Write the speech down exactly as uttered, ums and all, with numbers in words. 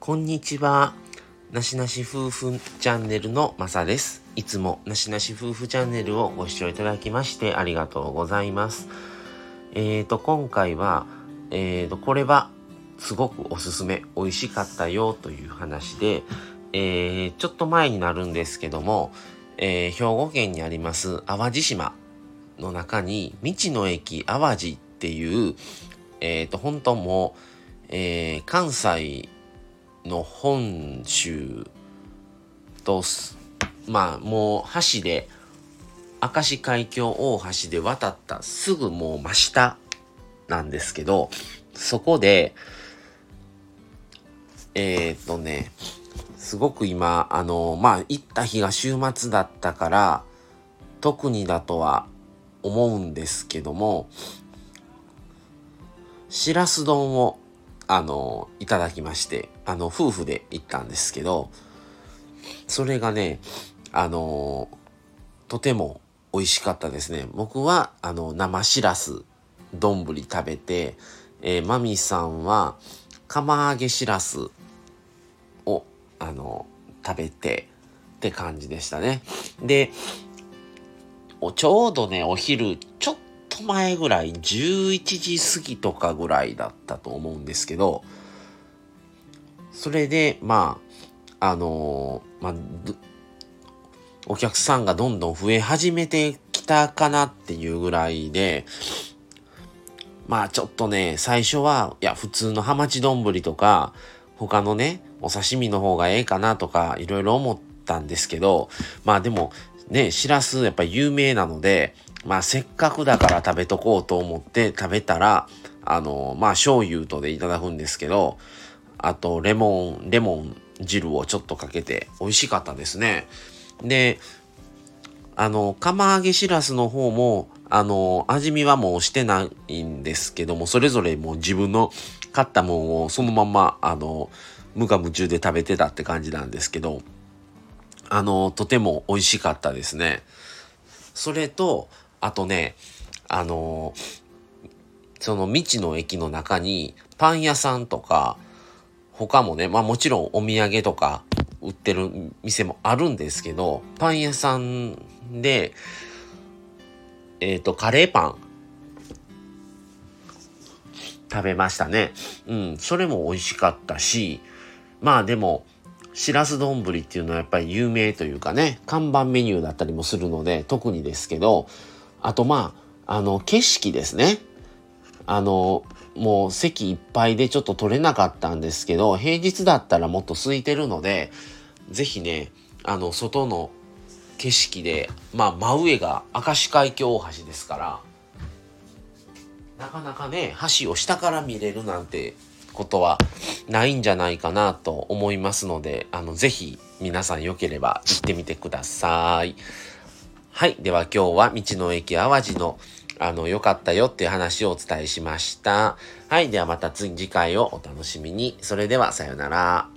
こんにちは。なしなし夫婦チャンネルのまさです。いつもなしなし夫婦チャンネルをご視聴いただきましてありがとうございます。えーと、今回は、えーと、これはすごくおすすめ、美味しかったよという話で、えー、ちょっと前になるんですけども、えー、兵庫県にあります淡路島の中に道の駅淡路っていう、えーと、本当もう、えー、関西の本州と、まあもう橋で、明石海峡大橋で渡ったすぐもう真下なんですけど、そこで、えーっとね、すごく今、あの、まあ行った日が週末だったから、特にだとは思うんですけども、しらす丼を、あの、いただきまして、あの、夫婦で行ったんですけど、それがね、あの、とても美味しかったですね。僕は、あの、生しらす丼食べて、えー、マミさんは、釜揚げしらすを、あの、食べてって感じでしたね。で、おちょうどね、お昼、ちょっと前ぐらい、じゅういちじ過ぎとかぐらいだったと思うんですけど、それで、まあ、あのーまあ、お客さんがどんどん増え始めてきたかなっていうぐらいで、まあちょっとね、最初は、いや、普通のハマチ丼とか、他のね、お刺身の方がええかなとか、いろいろ思ったんですけど、まあでも、ね、しらすやっぱ有名なので、まあせっかくだから食べとこうと思って食べたら、あの、まあ醤油とでいただくんですけど、あとレモン、レモン汁をちょっとかけて美味しかったですね。で、あの、釜揚げしらすの方も、あの、味見はもうしてないんですけども、それぞれもう自分の買ったもんをそのまま、あの、無我夢中で食べてたって感じなんですけど、あの、とても美味しかったですね。それと、あとね、あの、その道の駅の中にパン屋さんとか、他もね、まあもちろんお土産とか売ってる店もあるんですけど、パン屋さんで、えっと、カレーパン食べましたね。うん、それも美味しかったし、まあでも、しらす丼っていうのはやっぱり有名というかね、看板メニューだったりもするので、特にですけど、あとまあ、あの、景色ですね。あの、もう席いっぱいでちょっと取れなかったんですけど、平日だったらもっと空いてるので、ぜひね、あの、外の景色で、まあ真上が明石海峡大橋ですから、なかなかね、橋を下から見れるなんてことはないんじゃないかなと思いますので、あの、ぜひ皆さんよければ行ってみてください。はい。では今日は道の駅淡路のあの、良かったよっていう話をお伝えしました。はい。ではまた次次回をお楽しみに。それではさようなら。